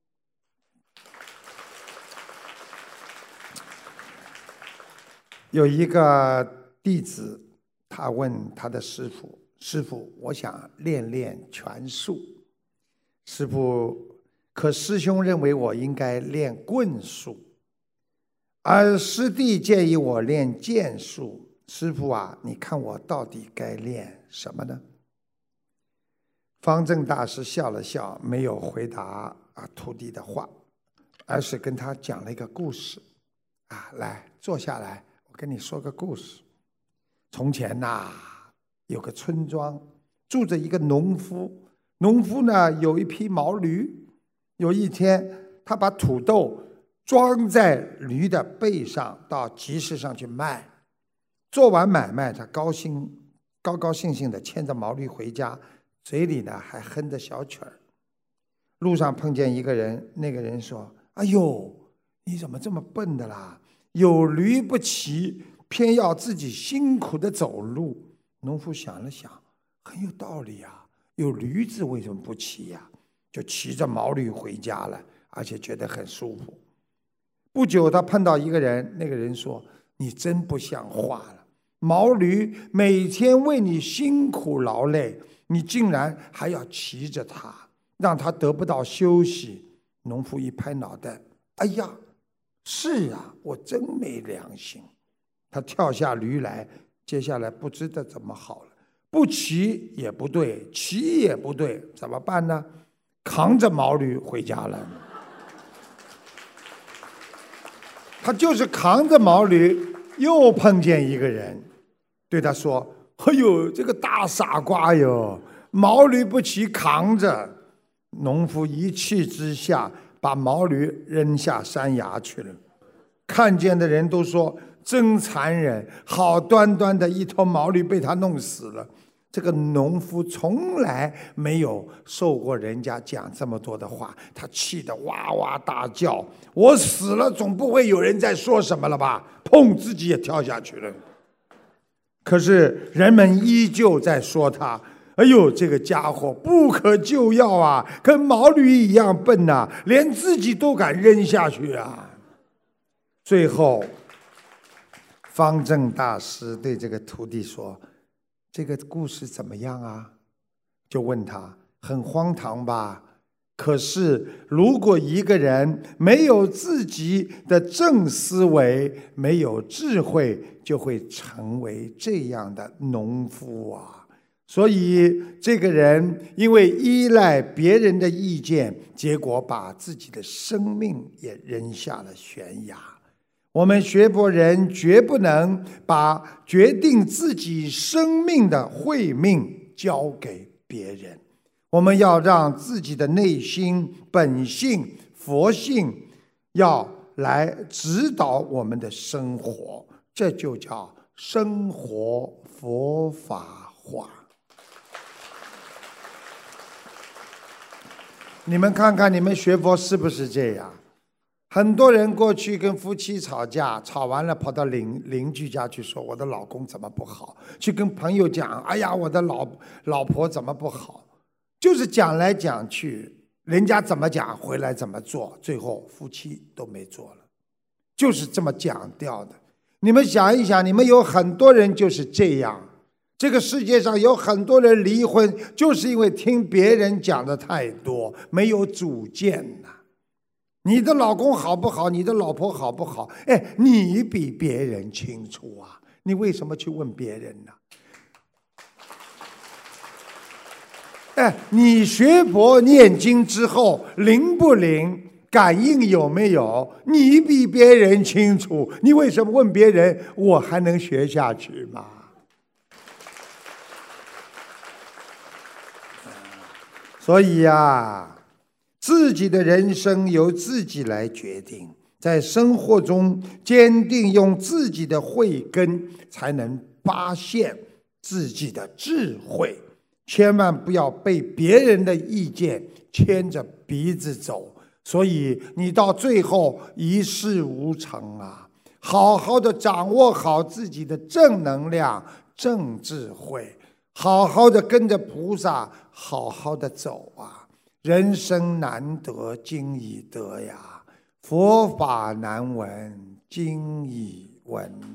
有一个弟子，他问他的师父：“师父，我想练练拳术。”师父，可师兄认为我应该练棍术，而师弟建议我练剑术。师父啊，你看我到底该练什么呢？方正大师笑了笑，没有回答啊徒弟的话，而是跟他讲了一个故事。啊，来，坐下来，我跟你说个故事。从前呐、啊，有个村庄，住着一个农夫。农夫呢有一匹毛驴，有一天他把土豆装在驴的背上，到集市上去卖。做完买卖，他高兴高高兴兴地牵着毛驴回家，嘴里呢还哼着小曲儿。路上碰见一个人，那个人说：“哎呦，你怎么这么笨的啦？有驴不骑，偏要自己辛苦的走路。”农夫想了想，很有道理啊，有驴子为什么不骑呀？就骑着毛驴回家了，而且觉得很舒服。不久，他碰到一个人，那个人说：“你真不像话了，毛驴每天为你辛苦劳累，你竟然还要骑着它，让它得不到休息。”农夫一拍脑袋：“哎呀，是啊，我真没良心。”他跳下驴来，接下来不知道怎么好了，不骑也不对，骑也不对，怎么办呢？扛着毛驴回家了。他就是扛着毛驴，又碰见一个人，对他说：“哎呦，这个大傻瓜哟，毛驴不骑，扛着。”农夫一气之下把毛驴扔下山崖去了。看见的人都说：“真残忍，好端端的一头毛驴被他弄死了。”这个农夫从来没有受过人家讲这么多的话，他气得哇哇大叫：“我死了，总不会有人再说什么了吧？”砰，自己也跳下去了。可是人们依旧在说他：“哎呦，这个家伙不可救药啊，跟毛驴一样笨啊，连自己都敢扔下去啊！”最后，方正大师对这个徒弟说：“这个故事怎么样啊？”就问他：“很荒唐吧？ 可是，如果一个人没有自己的正思维，没有智慧，就会成为这样的农夫啊。所以，这个人因为依赖别人的意见，结果把自己的生命也扔下了悬崖。我们学佛人绝不能把决定自己生命的慧命交给别人。我们要让自己的内心本性佛性要来指导我们的生活，这就叫生活佛法化。你们看看你们学佛是不是这样？很多人过去跟夫妻吵架，吵完了跑到邻邻居家去说我的老公怎么不好，去跟朋友讲，哎呀我的老老婆怎么不好，就是讲来讲去，人家怎么讲回来怎么做，最后夫妻都没做了，就是这么讲掉的。你们想一想，你们有很多人就是这样，这个世界上有很多人离婚，就是因为听别人讲的太多，没有主见呐。你的老公好不好，你的老婆好不好，哎，你比别人清楚啊，你为什么去问别人呢？哎，你学佛念经之后灵不灵，感应有没有，你比别人清楚，你为什么问别人？我还能学下去吗？所以呀、啊，自己的人生由自己来决定，在生活中坚定用自己的慧根，才能发现自己的智慧。千万不要被别人的意见牵着鼻子走，所以你到最后一事无成啊！好好的掌握好自己的正能量、正智慧，好好的跟着菩萨，好好的走啊！人生难得经已得呀，佛法难闻经已闻呐。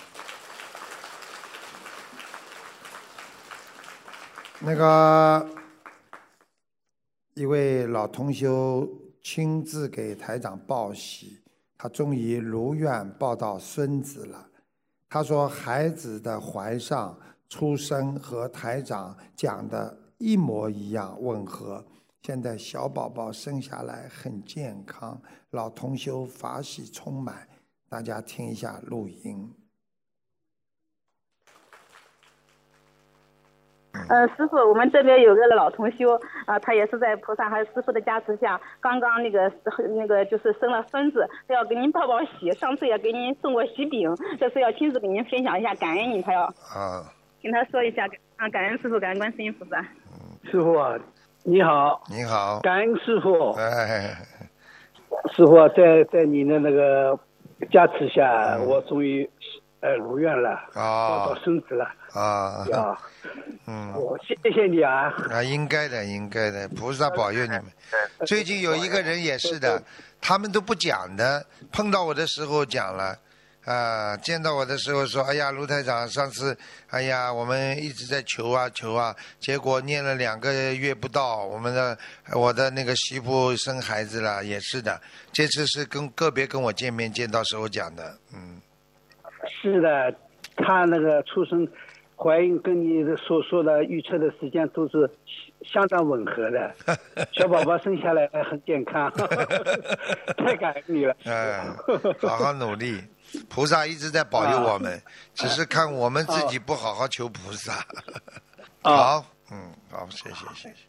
那个一位老同修亲自给台长报喜，他终于如愿抱到孙子了。他说孩子的怀上出生和台长讲的一模一样吻合，现在小宝宝生下来很健康，老同修法喜充满。大家听一下录音。
呃，师傅，我们这边有个老同修啊、呃，他也是在菩萨还有师傅的加持下，刚刚那个那个就是生了孙子，他要给您报报喜，上次也给您送过喜饼，这次要亲自给您分享一下，感恩您，他要啊，跟他说一下啊，感恩师傅，感恩观世音菩萨。
师傅啊，你好。
你好。
感恩师傅。
哎，
师傅啊，在在你的那个加持下，嗯、我终于呃如愿了，抱到孙子了。
啊。
呀。嗯，我谢谢你啊！
啊，应该的，应该的，菩萨保佑你们。最近有一个人也是的，他们都不讲的，碰到我的时候讲了，啊，见到我的时候说，哎呀，卢台长，上次，哎呀，我们一直在求啊求啊，结果念了两个月不到，我们的我的那个媳妇生孩子了，也是的，这次是跟个别跟我见面见到时候讲的，嗯。
是的，他那个出生。怀孕跟你所说的预测的时间都是相当吻合的，小宝宝生下来很健康，太感恩你了。
嗯，好好努力，菩萨一直在保佑我们，啊、只是看我们自己不好好求菩萨。啊、好，嗯，好，谢谢，谢谢。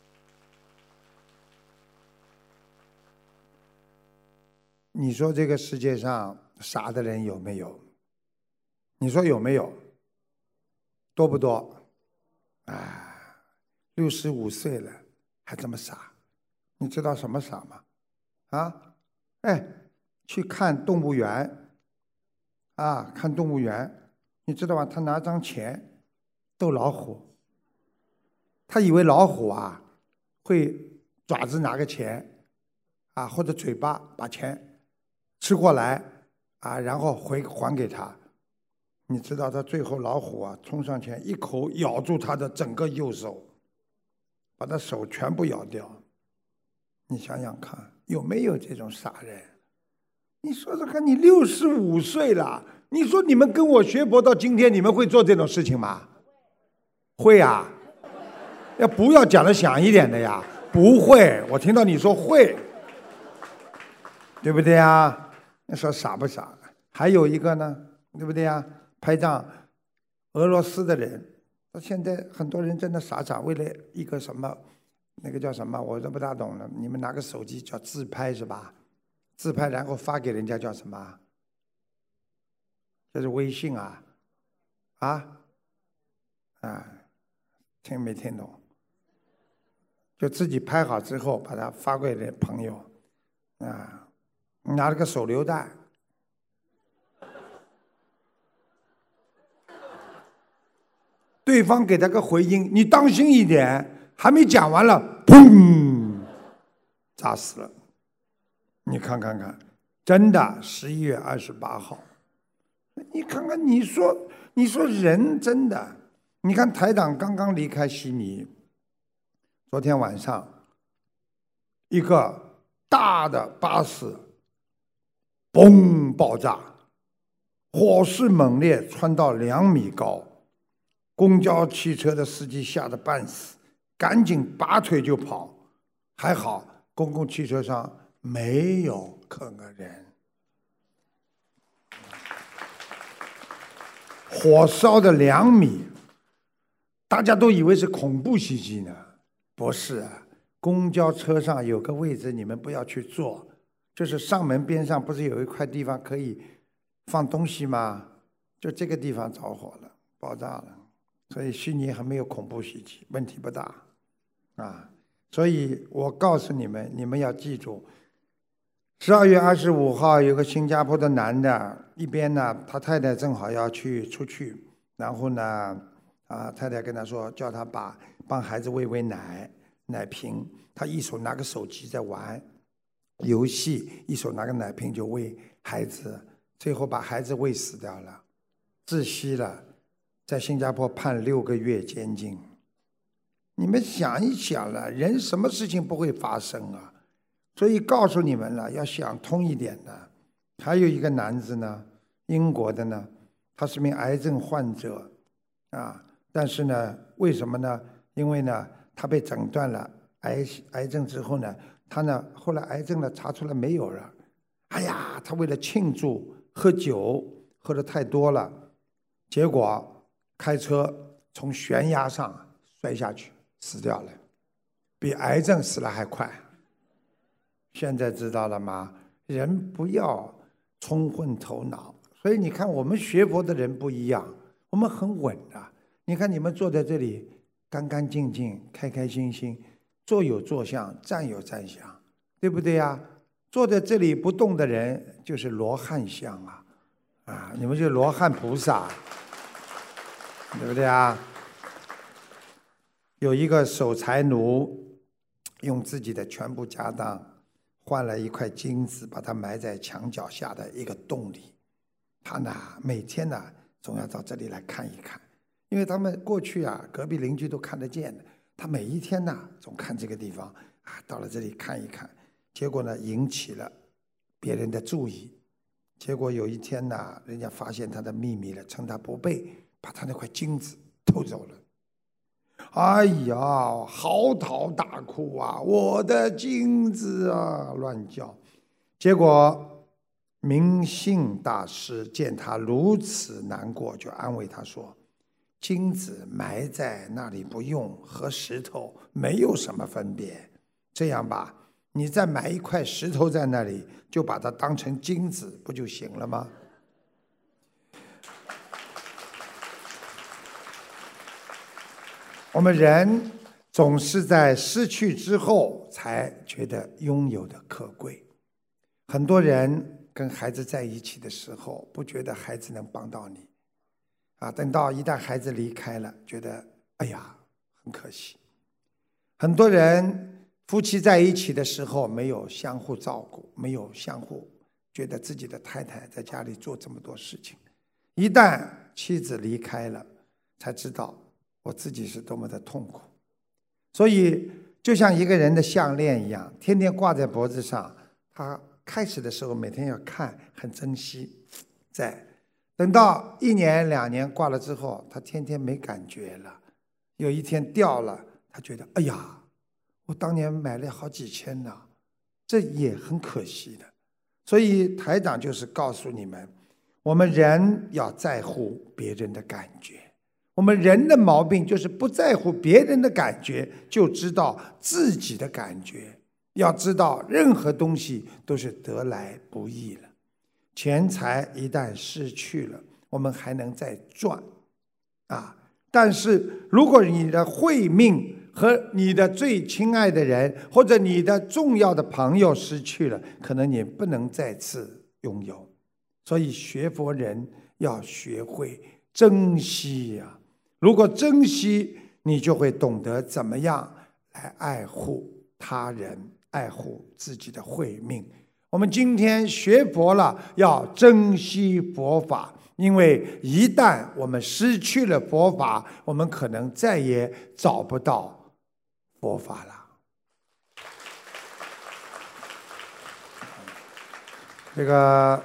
你说这个世界上傻的人有没有？你说有没有？多不多？啊，六十五岁了还这么傻，你知道什么傻吗？啊，哎，去看动物园，啊，看动物园，你知道吗？他拿张钱逗老虎，他以为老虎啊会爪子拿个钱，啊，或者嘴巴把钱吃过来，啊，然后回还给他。你知道他最后老虎啊冲上前一口咬住他的整个右手，把他手全部咬掉。 你想想看，有没有这种傻人？你说说看，你六十五岁了，你说你们跟我学佛到今天，你们会做这种事情吗？会啊，要不要讲的响一点的呀？不会，我听到你说会，对不对呀？你说傻不傻？还有一个呢，对不对呀？拍照，俄罗斯的人，到现在很多人真的傻傻，为了一个什么，那个叫什么，我都不大懂了。你们拿个手机叫自拍是吧？自拍然后发给人家叫什么？这是微信啊，啊，啊，听没听懂？就自己拍好之后，把它发给人朋友，啊，拿了个手榴弹，对方给他个回音，你当心一点，还没讲完了，砰，炸死了。你看看看，真的，十一月二十八号，你看看，你说，你说人真的，你看台长刚刚离开悉尼。昨天晚上，一个大的巴士嘣爆炸，火势猛烈，窜到两米高，公交汽车的司机吓得半死，赶紧拔腿就跑，还好公共汽车上没有客人。火烧的两米，大家都以为是恐怖袭击呢。不是啊，公交车上有个位置，你们不要去坐，就是上门边上不是有一块地方可以放东西吗？就这个地方着火了，爆炸了。所以悉尼还没有恐怖袭击，问题不大啊。所以我告诉你们，你们要记住，十二月二十五号有个新加坡的男的，一边呢他太太正好要去出去，然后呢啊太太跟他说，叫他把帮孩子喂喂奶奶瓶，他一手拿个手机在玩游戏，一手拿个奶瓶就喂孩子，最后把孩子喂死掉了，窒息了，在新加坡判六个月监禁。你们想一想了，人什么事情不会发生啊？所以告诉你们了，要想通一点的。还有一个男子呢，英国的呢，他是名癌症患者啊，但是呢，为什么呢？因为呢，他被诊断了癌癌症之后呢，他呢后来癌症呢查出来没有了。哎呀，他为了庆祝喝酒，喝得太多了，结果开车从悬崖上摔下去，死掉了，比癌症死了还快。现在知道了吗？人不要冲昏头脑。所以你看，我们学佛的人不一样，我们很稳的。你看你们坐在这里，干干净净，开开心心，坐有坐相，站有站相，对不对呀？坐在这里不动的人就是罗汉相啊，啊，你们就是罗汉菩萨，对不对啊？有一个守财奴，用自己的全部家当换了一块金子，把它埋在墙角下的一个洞里。他呢，每天呢，总要到这里来看一看。因为他们过去啊，隔壁邻居都看得见的，他每一天呢，总看这个地方啊，到了这里看一看，结果呢，引起了别人的注意。结果有一天呢，人家发现他的秘密了，趁他不备，把他那块金子偷走了。哎呀，嚎啕大哭啊！我的金子啊，乱叫。结果明信大师见他如此难过，就安慰他说，金子埋在那里不用，和石头没有什么分别。这样吧，你再买一块石头在那里，就把它当成金子，不就行了吗？我们人总是在失去之后才觉得拥有的可贵。很多人跟孩子在一起的时候，不觉得孩子能帮到你。啊，等到一旦孩子离开了，觉得哎呀很可惜。很多人夫妻在一起的时候没有相互照顾，没有相互觉得自己的太太在家里做这么多事情，一旦妻子离开了，才知道我自己是多么的痛苦。所以就像一个人的项链一样，天天挂在脖子上，他开始的时候每天要看，很珍惜，在等到一年两年挂了之后，他天天没感觉了，有一天掉了，他觉得哎呀，我当年买了好几千呢，这也很可惜的。所以台长就是告诉你们，我们人要在乎别人的感觉，我们人的毛病就是不在乎别人的感觉，就知道自己的感觉。要知道任何东西都是得来不易了，钱财一旦失去了，我们还能再赚啊！但是如果你的慧命和你的最亲爱的人或者你的重要的朋友失去了，可能你不能再次拥有。所以学佛人要学会珍惜呀、啊！如果珍惜，你就会懂得怎么样来爱护他人，爱护自己的慧命。我们今天学佛了，要珍惜佛法，因为一旦我们失去了佛法，我们可能再也找不到佛法了。这个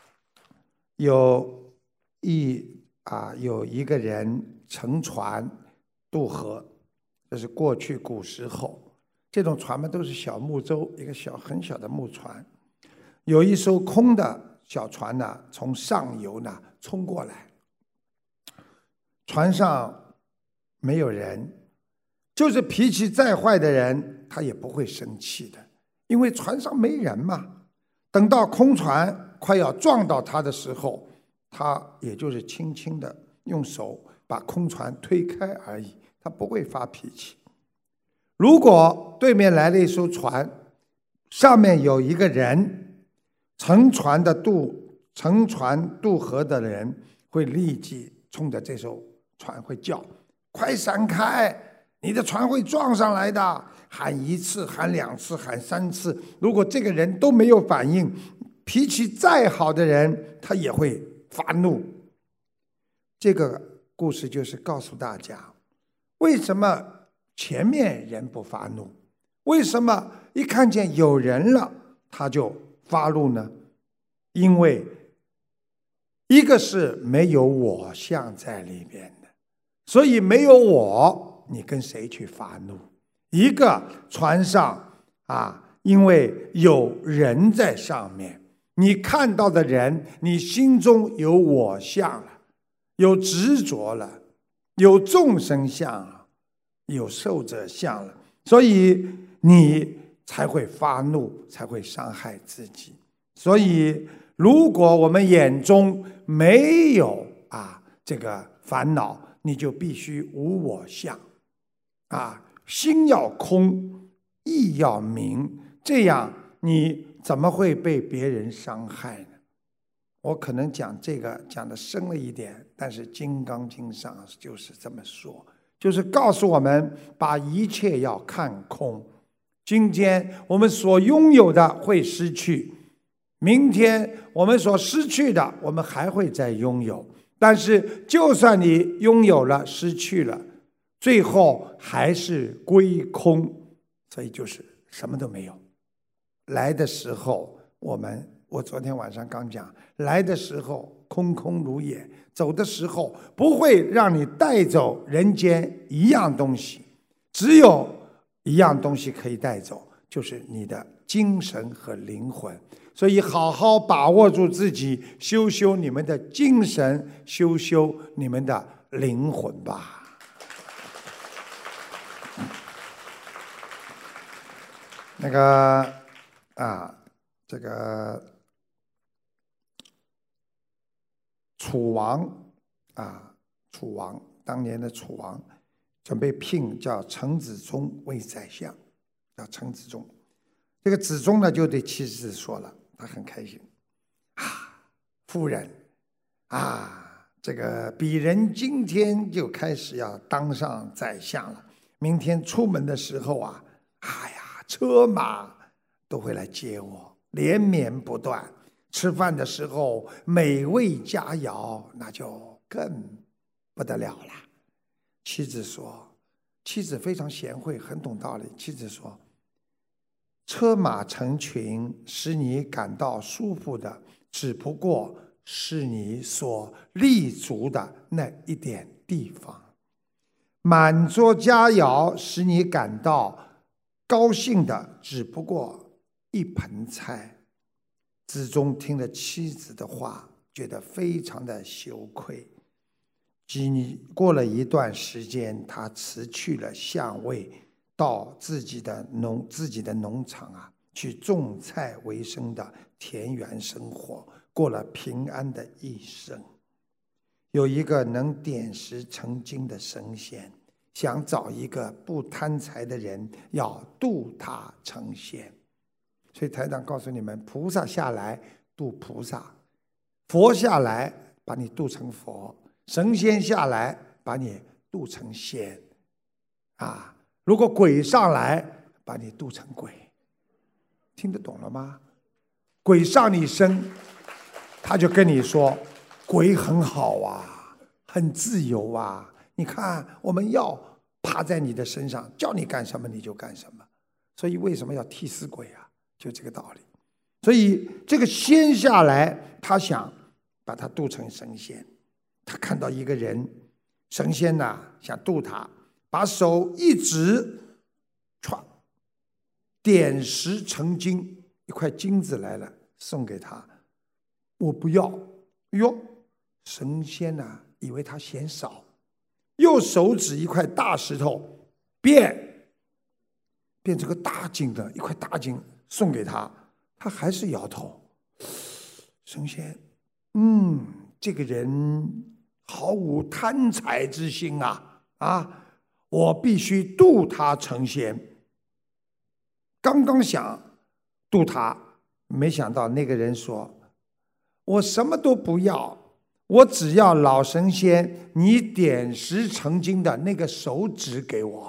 有一啊有一个人乘船渡河，这是过去古时候。这种船嘛，都是小木舟，一个小很小的木船。有一艘空的小船呢，从上游呢冲过来，船上没有人，就是脾气再坏的人，他也不会生气的，因为船上没人嘛。等到空船快要撞到他的时候，他也就是轻轻的用手把空船推开而已，他不会发脾气。如果对面来了一艘船，上面有一个人，乘船的渡乘船渡河的人会立即冲着这艘船会叫：快闪开，你的船会撞上来的。喊一次，喊两次，喊三次，如果这个人都没有反应，脾气再好的人他也会发怒。这个故事就是告诉大家，为什么前面人不发怒，为什么一看见有人了他就发怒呢？因为一个是没有我相在里边的，所以没有我，你跟谁去发怒？一个船上啊，因为有人在上面，你看到的人，你心中有我相了，有执着了，有众生相了，有受者相了，所以你才会发怒，才会伤害自己。所以如果我们眼中没有啊这个烦恼，你就必须无我相啊，心要空，意要明，这样你怎么会被别人伤害呢？我可能讲这个讲的深了一点，但是《金刚经》上就是这么说，就是告诉我们把一切要看空。今天我们所拥有的会失去，明天我们所失去的我们还会再拥有，但是就算你拥有了失去了，最后还是归空，所以就是什么都没有。来的时候我们我昨天晚上刚讲，来的时候空空如也，走的时候不会让你带走人间一样东西，只有一样东西可以带走，就是你的精神和灵魂。所以好好把握住自己，修修你们的精神，修修你们的灵魂吧。那个啊，这个楚王啊，楚王当年的楚王准备聘叫陈子忠为宰相，叫陈子忠。这个子忠呢就对妻子说了，他很开心啊，夫人啊，这个鄙人今天就开始要当上宰相了，明天出门的时候啊，哎呀，车马都会来接我，连绵不断。吃饭的时候美味佳肴，那就更不得了了。妻子说： 妻子非常贤惠，很懂道理。妻子说：“车马成群，使你感到舒服的，只不过是你所立足的那一点地方。满桌佳肴，使你感到高兴的，只不过一盆菜。”子忠听了妻子的话，觉得非常的羞愧。经过了一段时间，他辞去了相位，到自己的农自己的农场啊，去种菜为生的田园生活，过了平安的一生。有一个能点石成金的神仙，想找一个不贪财的人，要度他成仙。所以台长告诉你们，菩萨下来度菩萨，佛下来把你度成佛，神仙下来把你度成仙，啊，如果鬼上来把你度成鬼，听得懂了吗？鬼上你身，他就跟你说，鬼很好啊，很自由啊，你看我们要趴在你的身上，叫你干什么你就干什么。所以为什么要替死鬼啊？就这个道理。所以这个仙下来，他想把他度成神仙。他看到一个人，神仙呐、啊、想度他，把手一指，唰，点石成金，一块金子来了，送给他。我不要。哟，神仙呐、啊、以为他嫌少，又手指一块大石头，变变成个大金的一块大金送给他，他还是摇头。神仙，嗯，这个人毫无贪财之心啊！啊，我必须度他成仙。刚刚想度他，没想到那个人说：“我什么都不要，我只要老神仙你点石成金的那个手指给我。”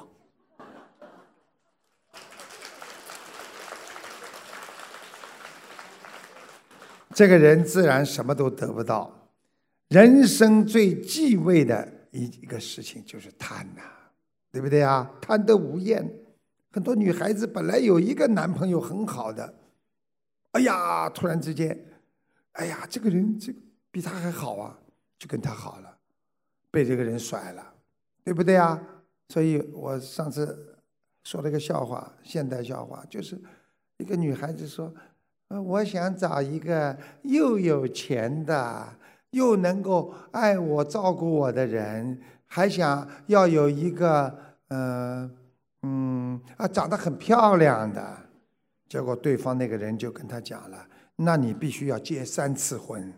这个人自然什么都得不到。人生最忌讳的一个事情就是贪呐、啊，对不对啊？贪得无厌。很多女孩子本来有一个男朋友很好的，哎呀，突然之间，哎呀，这个人这比他还好啊，就跟他好了，被这个人甩了，对不对啊？所以我上次说了一个笑话，现代笑话，就是一个女孩子说，呃，我想找一个又有钱的，又能够爱我照顾我的人，还想要有一个呃嗯啊长得很漂亮的。结果对方那个人就跟他讲了，那你必须要结三次婚。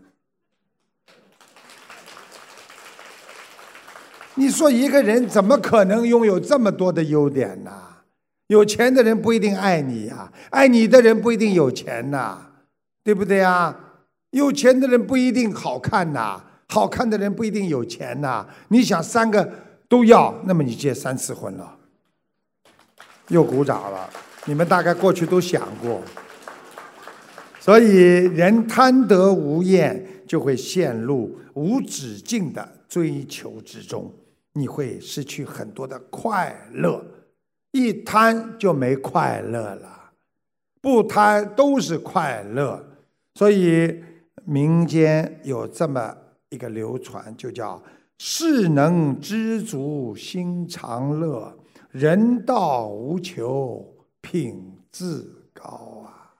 你说一个人怎么可能拥有这么多的优点呢？有钱的人不一定爱你呀、啊，爱你的人不一定有钱呐、啊，对不对啊？有钱的人不一定好看呐、啊，好看的人不一定有钱呐、啊。你想三个都要，那么你结三次婚了。又鼓掌了，你们大概过去都想过。所以人贪得无厌，就会陷入无止境的追求之中，你会失去很多的快乐。一贪就没快乐了，不贪都是快乐。所以民间有这么一个流传，就叫事能知足心常乐，人道无求品自高啊。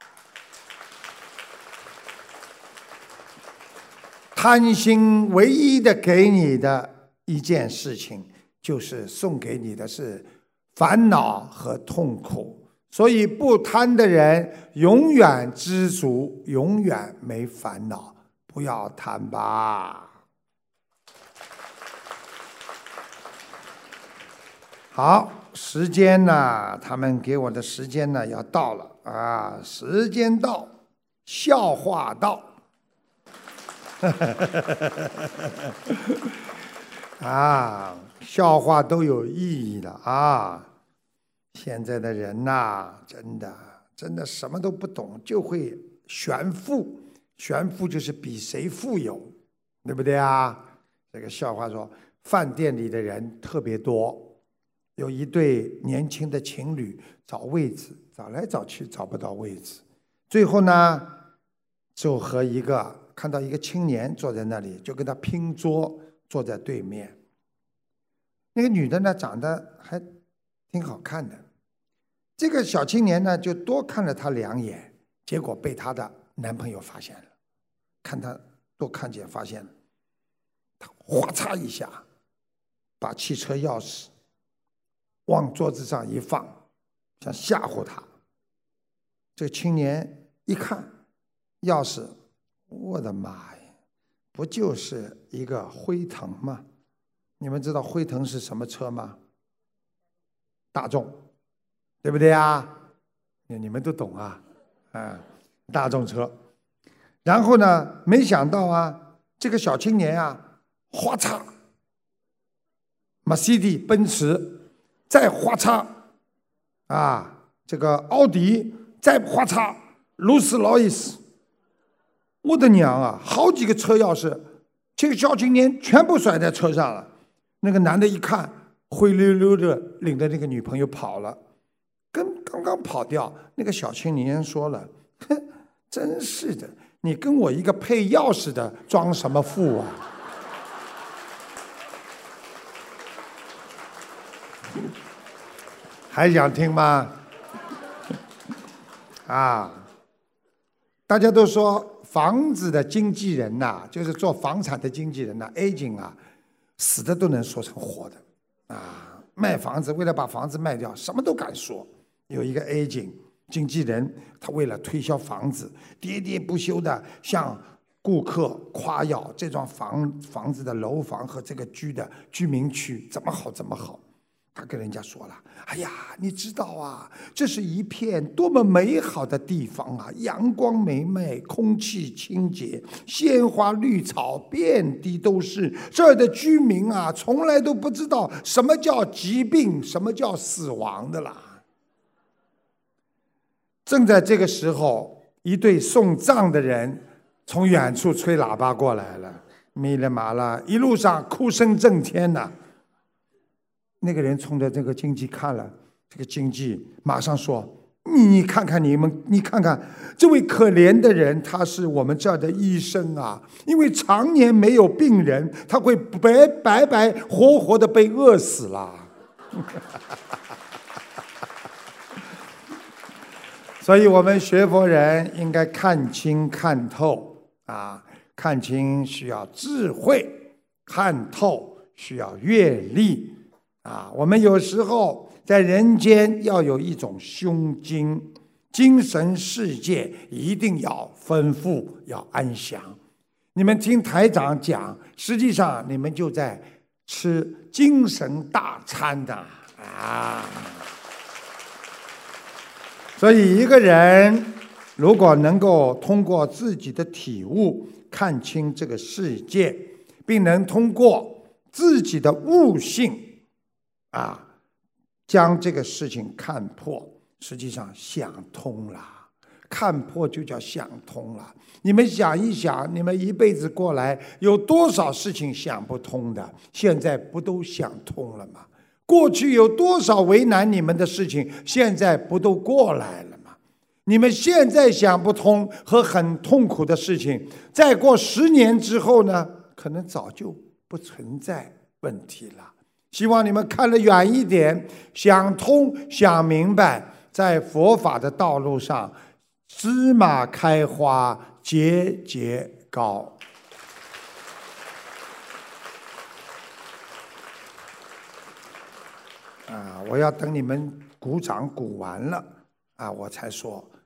贪心唯一的给你的一件事情，就是送给你的是烦恼和痛苦。所以不贪的人永远知足，永远没烦恼。不要贪吧。好，时间呢，他们给我的时间呢要到了啊！时间到，笑话到。啊，笑话都有意义的啊！现在的人呐、啊，真的真的什么都不懂，就会炫富。炫富就是比谁富有，对不对啊？这个笑话说，饭店里的人特别多， 有一对年轻的情侣找位置，找来找去找不到位置，最后呢，就和一个看到一个青年坐在那里，就跟他拼桌，坐在对面。那个女的呢，长得还挺好看的，这个小青年呢，就多看了她两眼，结果被她的男朋友发现了，看她多看见，发现了，他哗嚓一下，把汽车钥匙往桌子上一放，想吓唬他。这个青年一看钥匙，我的妈呀，不就是一个辉腾吗？你们知道辉腾是什么车吗？大众，对不对啊？你们都懂啊，啊，大众车。然后呢，没想到啊，这个小青年啊，哗嚓，马西迪奔驰，再哗嚓，啊，这个奥迪，再哗嚓，劳斯劳斯。我的娘啊，好几个车钥匙，这个小青年全部甩在车上了。那个男的一看，灰溜溜的领着那个女朋友跑了，跟刚刚跑掉。那个小青年说了：“哼，真是的，你跟我一个配钥匙的装什么富啊？”还想听吗？啊，大家都说房子的经纪人呐、啊，就是做房产的经纪人呐、啊、，agent 啊。死的都能说成活的，啊！卖房子为了把房子卖掉，什么都敢说。有一个 agent 经纪人，他为了推销房子，喋喋不休的向顾客夸耀这幢房房子的楼房和这个居的居民区怎么好怎么好。他跟人家说了：“哎呀，你知道啊，这是一片多么美好的地方啊！阳光明媚，空气清洁，鲜花绿草遍地都是。这儿的居民啊，从来都不知道什么叫疾病，什么叫死亡的啦。”正在这个时候，一对送葬的人从远处吹喇叭过来了，咪了麻了，一路上哭声震天呐、啊。那个人冲着这个经济看了，这个经济马上说：“你你看看你们，你看看这位可怜的人，他是我们这儿的医生啊，因为常年没有病人，他会白白白活活的被饿死了。”所以我们学佛人应该看清看透啊，看清需要智慧，看透需要阅历。啊，我们有时候在人间要有一种胸襟，精神世界一定要丰富，要安详。你们听台长讲，实际上你们就在吃精神大餐的啊。所以一个人如果能够通过自己的体悟看清这个世界，并能通过自己的悟性啊，将这个事情看破，实际上想通了。看破就叫想通了。你们想一想，你们一辈子过来有多少事情想不通的，现在不都想通了吗？过去有多少为难你们的事情，现在不都过来了吗？你们现在想不通和很痛苦的事情，再过十年之后呢，可能早就不存在问题了。希望你们看得远一点，想通想明白，在佛法的道路上芝麻开花节节高。啊，我要等你们鼓掌鼓完了啊，我才说